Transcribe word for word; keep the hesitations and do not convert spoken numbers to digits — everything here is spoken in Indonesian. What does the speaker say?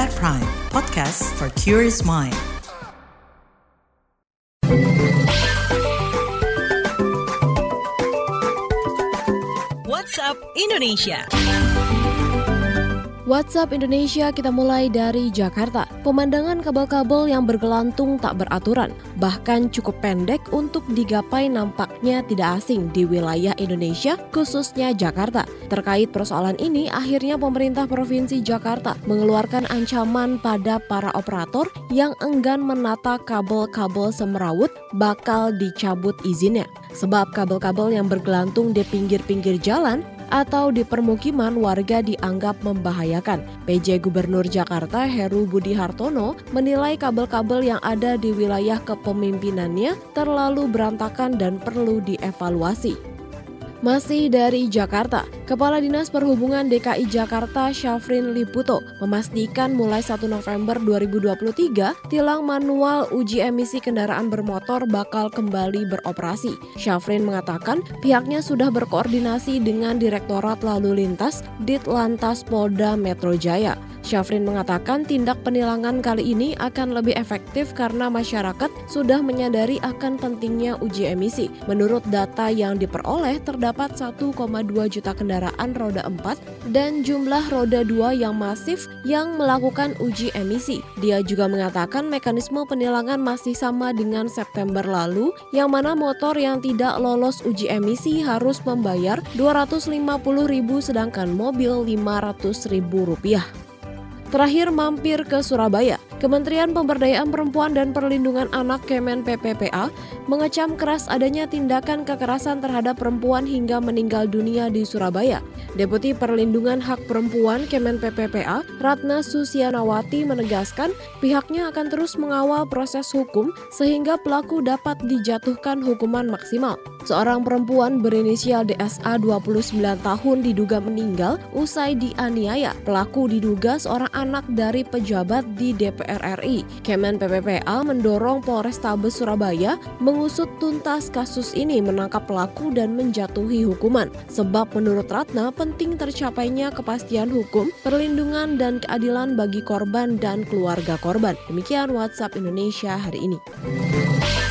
Smart Prime, podcast for curious mind. What's Up Indonesia. WhatsApp Indonesia, kita mulai dari Jakarta. Pemandangan kabel-kabel yang bergelantung tak beraturan, bahkan cukup pendek untuk digapai nampaknya tidak asing di wilayah Indonesia, khususnya Jakarta. Terkait persoalan ini, akhirnya pemerintah Provinsi Jakarta mengeluarkan ancaman pada para operator yang enggan menata kabel-kabel semrawut bakal dicabut izinnya. Sebab kabel-kabel yang bergelantung di pinggir-pinggir jalan atau di permukiman warga dianggap membahayakan. P J Gubernur Jakarta Heru Budi Hartono menilai kabel-kabel yang ada di wilayah kepemimpinannya terlalu berantakan dan perlu dievaluasi. Masih dari Jakarta, Kepala Dinas Perhubungan D K I Jakarta Syafrin Liputo memastikan mulai satu November dua ribu dua puluh tiga, tilang manual uji emisi kendaraan bermotor bakal kembali beroperasi. Syafrin mengatakan pihaknya sudah berkoordinasi dengan Direktorat Lalu Lintas Ditlantas Polda Metro Jaya. Syafrin mengatakan tindak penilangan kali ini akan lebih efektif karena masyarakat sudah menyadari akan pentingnya uji emisi. Menurut data yang diperoleh, terdapat satu koma dua juta kendaraan roda empat dan jumlah roda dua yang masif yang melakukan uji emisi. Dia juga mengatakan mekanisme penilangan masih sama dengan September lalu, yang mana motor yang tidak lolos uji emisi harus membayar dua ratus lima puluh ribu rupiah sedangkan mobil lima ratus ribu rupiah. Terakhir mampir ke Surabaya, Kementerian Pemberdayaan Perempuan dan Perlindungan Anak Kemen P P P A mengecam keras adanya tindakan kekerasan terhadap perempuan hingga meninggal dunia di Surabaya. Deputi Perlindungan Hak Perempuan Kemen P P P A, Ratna Susianawati menegaskan pihaknya akan terus mengawal proses hukum sehingga pelaku dapat dijatuhkan hukuman maksimal. Seorang perempuan berinisial D S A dua puluh sembilan tahun diduga meninggal usai dianiaya. Pelaku diduga seorang anak dari pejabat di D P R R I. Kemen P P P A mendorong Polrestabes Surabaya mengusut tuntas kasus ini, menangkap pelaku dan menjatuhi hukuman. Sebab menurut Ratna penting tercapainya kepastian hukum, perlindungan dan keadilan bagi korban dan keluarga korban. Demikian WhatsApp Indonesia hari ini.